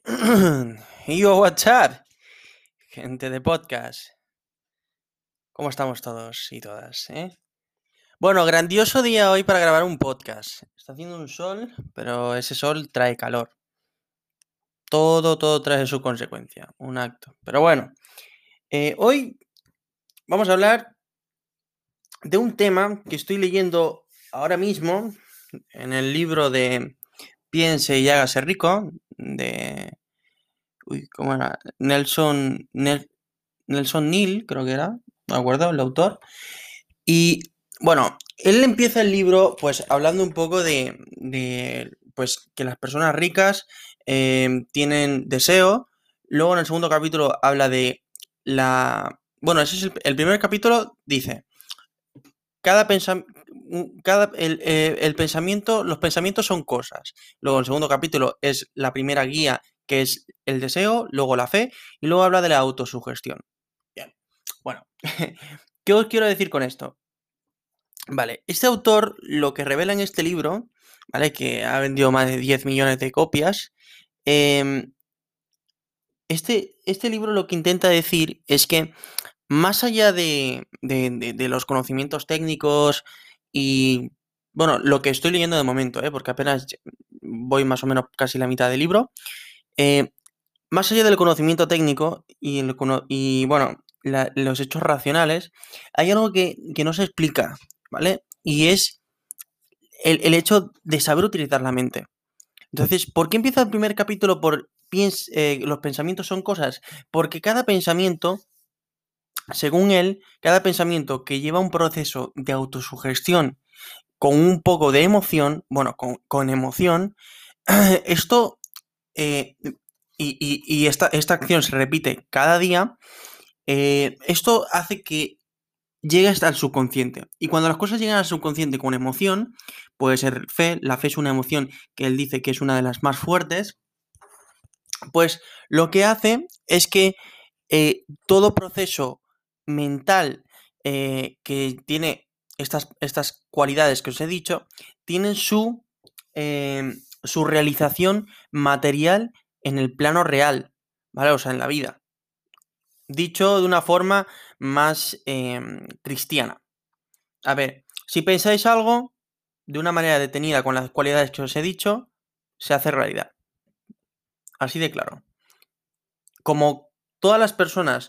Yo, what's up, gente de podcast. ¿Cómo estamos todos y todas, Bueno, grandioso día hoy para grabar un podcast. Está haciendo un sol, pero ese sol trae calor. Todo trae su consecuencia, un acto. Pero bueno, hoy vamos a hablar de un tema que estoy leyendo ahora mismo en el libro de Piense y hágase rico, de... Uy, ¿cómo era? Nelson Neal, creo que era, no me acuerdo, el autor. Y bueno, él empieza el libro pues hablando un poco pues que las personas ricas tienen deseo. Luego en el segundo capítulo habla de la... Bueno, ese es el primer capítulo, dice, cada pensamiento... el pensamiento, los pensamientos son cosas. Luego el segundo capítulo es la primera guía, que es el deseo, luego la fe, y luego habla de la autosugestión. Bien, bueno, ¿qué os quiero decir con esto? Vale, este autor lo que revela en este libro, ¿vale? Que ha vendido más de 10 millones de copias. em, este libro lo que intenta decir es que más allá de los conocimientos técnicos y, bueno, lo que estoy leyendo de momento, porque apenas voy más o menos casi la mitad del libro, eh, más allá del conocimiento técnico y bueno, los hechos racionales, hay algo que no se explica, ¿vale? Y es el hecho de saber utilizar la mente. Entonces, ¿por qué empieza el primer capítulo por los pensamientos son cosas? Porque cada pensamiento, según él, cada pensamiento que lleva un proceso de autosugestión con un poco de emoción, bueno, con emoción, esto eh, y esta acción se repite cada día, esto hace que llegue hasta el subconsciente. Y cuando las cosas llegan al subconsciente con emoción, puede ser fe, la fe es una emoción que él dice que es una de las más fuertes, pues lo que hace es que todo proceso mental que tiene estas cualidades que os he dicho, tienen su realización material en el plano real, ¿vale? O sea, en la vida. Dicho de una forma más cristiana. A ver, si pensáis algo de una manera detenida con las cualidades que os he dicho, se hace realidad. Así de claro. Como todas las personas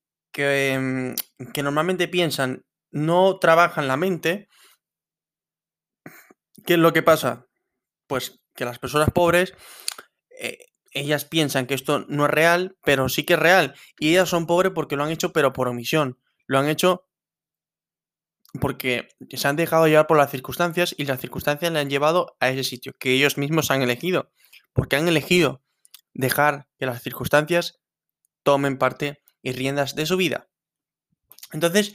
que normalmente piensan no trabajan la mente, ¿qué es lo que pasa? Pues que las personas pobres, eh, ellas piensan que esto no es real, pero sí que es real. Y ellas son pobres porque lo han hecho, pero por omisión. Lo han hecho porque se han dejado llevar por las circunstancias y las circunstancias le han llevado a ese sitio que ellos mismos han elegido. Porque han elegido dejar que las circunstancias tomen parte y riendas de su vida. Entonces,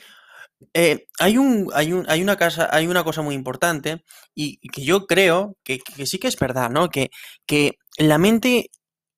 hay una cosa muy importante y que yo creo que sí que es verdad, ¿no? Que la mente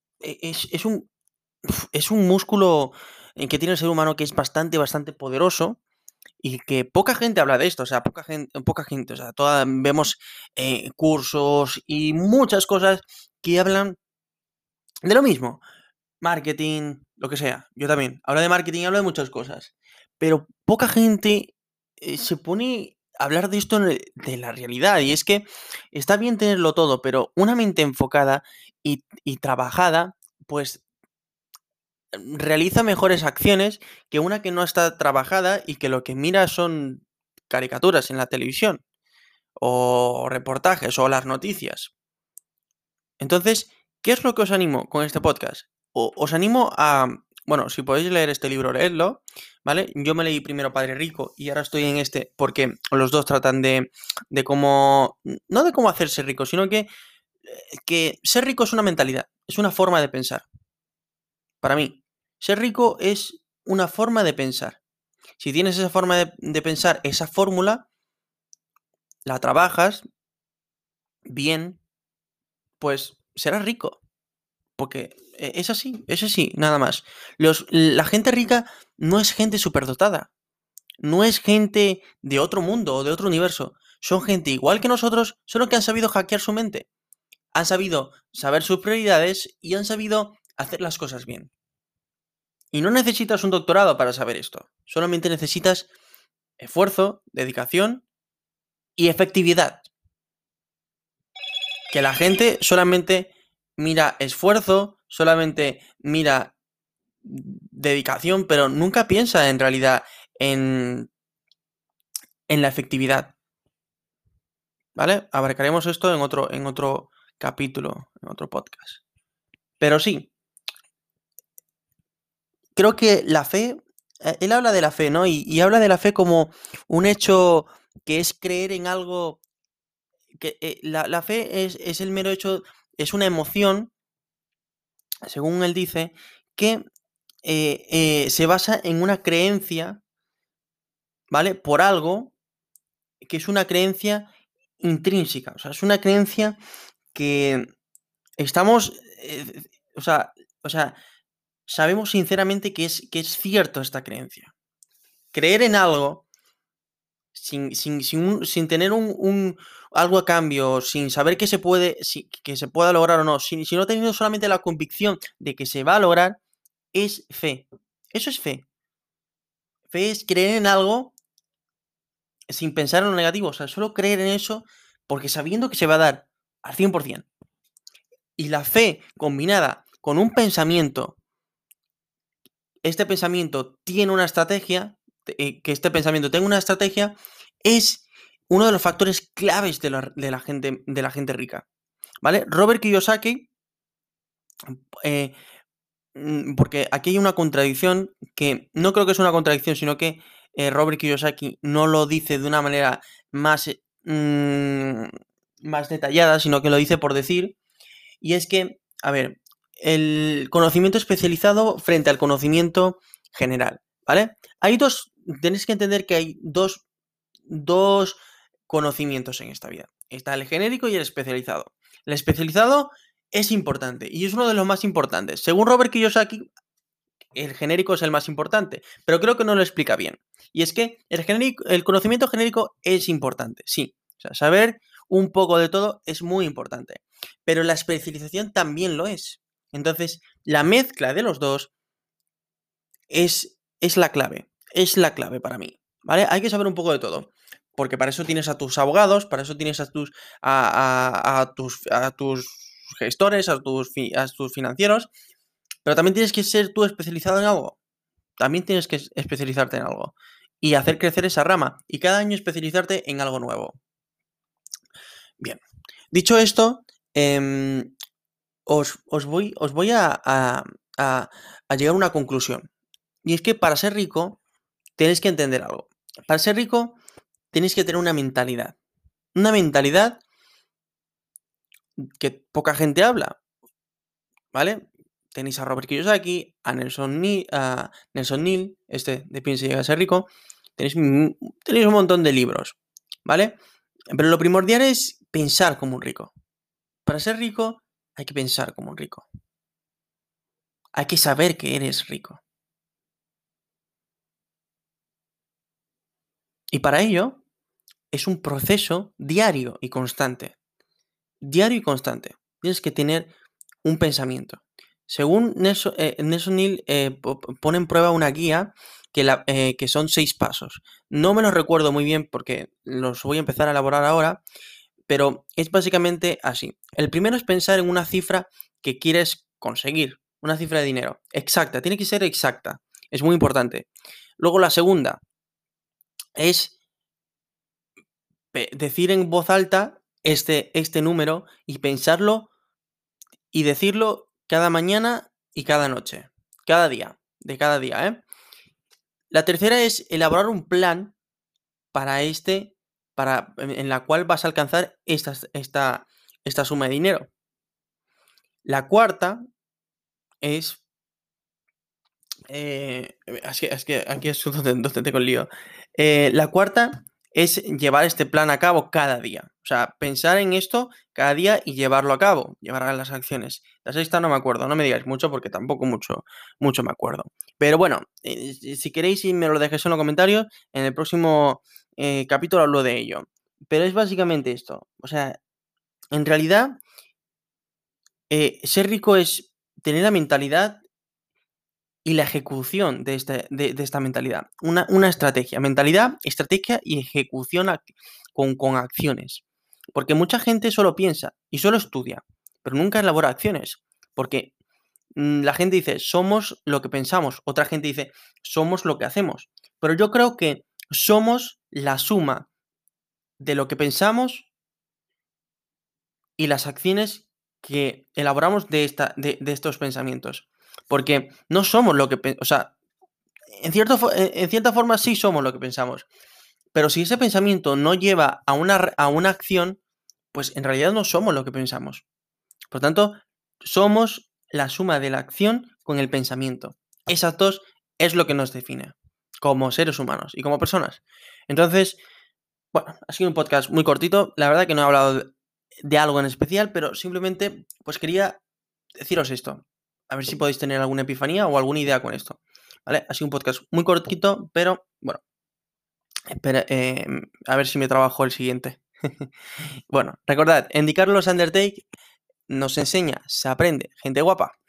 es un músculo que tiene el ser humano que es bastante poderoso y que poca gente habla de esto, o sea, poca gente, o sea, vemos cursos y muchas cosas que hablan de lo mismo, marketing, lo que sea. Yo también hablo de marketing, hablo de muchas cosas, pero poca gente se pone a hablar de esto de la realidad. Y es que está bien tenerlo todo, pero una mente enfocada y trabajada, pues realiza mejores acciones que una que no está trabajada y que lo que mira son caricaturas en la televisión o reportajes o las noticias. Entonces, ¿qué es lo que os animo con este podcast? Os animo a, bueno, si podéis leer este libro, leedlo, ¿vale? Yo me leí primero Padre Rico y ahora estoy en este porque los dos tratan de cómo, no de cómo hacerse rico, sino que ser rico es una mentalidad, es una forma de pensar. Para mí, ser rico es una forma de pensar. Si tienes esa forma de pensar, esa fórmula, la trabajas bien, pues serás rico. Porque es así, nada más. La gente rica no es gente superdotada, no es gente de otro mundo o de otro universo. Son gente igual que nosotros, solo que han sabido hackear su mente. han sabido saber sus prioridades y han sabido hacer las cosas bien. Y no necesitas un doctorado para saber esto. Solamente necesitas esfuerzo, dedicación y efectividad. Que la gente solamente mira esfuerzo, solamente mira dedicación, pero nunca piensa en realidad en la efectividad. ¿Vale? Abarcaremos esto en otro capítulo, en otro podcast. Pero sí, creo que la fe, él habla de la fe, ¿no? Y habla de la fe como un hecho que es creer en algo, que la fe es el mero hecho, es una emoción, según él dice, que se basa en una creencia, ¿vale? Por algo que es una creencia intrínseca, o sea, es una creencia que estamos, o sea, sabemos sinceramente que es cierto esta creencia. Creer en algo sin tener algo a cambio, sin saber que se puede, que se pueda lograr o no, sino teniendo solamente la convicción de que se va a lograr, es fe. Eso es fe. Fe es creer en algo sin pensar en lo negativo, o sea, solo creer en eso porque sabiendo que se va a dar al 100%. Y la fe combinada con un pensamiento, este pensamiento tiene una estrategia, que este pensamiento tenga una estrategia, es uno de los factores claves de la gente rica, ¿vale? Robert Kiyosaki, eh, porque aquí hay una contradicción que no creo que es una contradicción, sino que Robert Kiyosaki no lo dice de una manera más, más detallada, sino que lo dice por decir, y es que, a ver, el conocimiento especializado frente al conocimiento general, ¿vale? Tenéis que entender que hay dos conocimientos en esta vida. Está el genérico y el especializado. El especializado es importante y es uno de los más importantes. Según Robert Kiyosaki, el genérico es el más importante, pero creo que no lo explica bien. Y es que el conocimiento genérico es importante, sí. O sea, saber un poco de todo es muy importante. Pero la especialización también lo es. Entonces, la mezcla de los dos es la clave. Es la clave para mí. ¿Vale? Hay que saber un poco de todo. Porque para eso tienes a tus abogados, para eso tienes a tus gestores, a tus financieros. Pero también tienes que ser tú especializado en algo. También tienes que especializarte en algo. Y hacer crecer esa rama. Y cada año especializarte en algo nuevo. Bien. Dicho esto, os voy a llegar a una conclusión. Y es que para ser rico, tenéis que entender algo. Para ser rico, tenéis que tener una mentalidad. Una mentalidad que poca gente habla, ¿vale? Tenéis a Robert Kiyosaki, a Nelson Neal, este de Piensa y llega a ser rico. Tenéis un montón de libros, ¿vale? Pero lo primordial es pensar como un rico. Para ser rico, hay que pensar como un rico. Hay que saber que eres rico. Y para ello, es un proceso diario y constante. Diario y constante. Tienes que tener un pensamiento. Según Nelson Neal, pone en prueba una guía que son 6 pasos. No me los recuerdo muy bien porque los voy a empezar a elaborar ahora, pero es básicamente así. El primero es pensar en una cifra que quieres conseguir, una cifra de dinero. Exacta, tiene que ser exacta. Es muy importante. Luego la segunda es decir en voz alta este número y pensarlo y decirlo cada mañana y cada noche, cada día, de cada día, ¿eh? La tercera es elaborar un plan para en la cual vas a alcanzar esta suma de dinero. La cuarta es, es que aquí es donde tengo el lío. La cuarta es llevar este plan a cabo cada día. O sea, pensar en esto cada día y llevarlo a cabo, llevar a las acciones. La sexta no me acuerdo, no me digáis mucho porque tampoco mucho me acuerdo. Pero bueno, si queréis y me lo dejéis en los comentarios, en el próximo capítulo hablo de ello. Pero es básicamente esto. O sea, en realidad Ser rico es tener la mentalidad y la ejecución de esta mentalidad. Una estrategia. Mentalidad, estrategia y ejecución con acciones. Porque mucha gente solo piensa y solo estudia, pero nunca elabora acciones. Porque la gente dice, somos lo que pensamos. Otra gente dice, somos lo que hacemos. Pero yo creo que somos la suma de lo que pensamos y las acciones que elaboramos de estos pensamientos. Porque no somos lo que... O sea, en cierta forma sí somos lo que pensamos. Pero si ese pensamiento no lleva a una acción, pues en realidad no somos lo que pensamos. Por tanto, somos la suma de la acción con el pensamiento. Esas dos es lo que nos define como seres humanos y como personas. Entonces, bueno, ha sido un podcast muy cortito. La verdad que no he hablado de algo en especial, pero simplemente pues quería deciros esto. A ver si podéis tener alguna epifanía o alguna idea con esto. ¿Vale? Ha sido un podcast muy cortito, pero bueno, espera, a ver si me trabajo el siguiente. Bueno, recordad, en Carlos Undertake nos enseña, se aprende, gente guapa.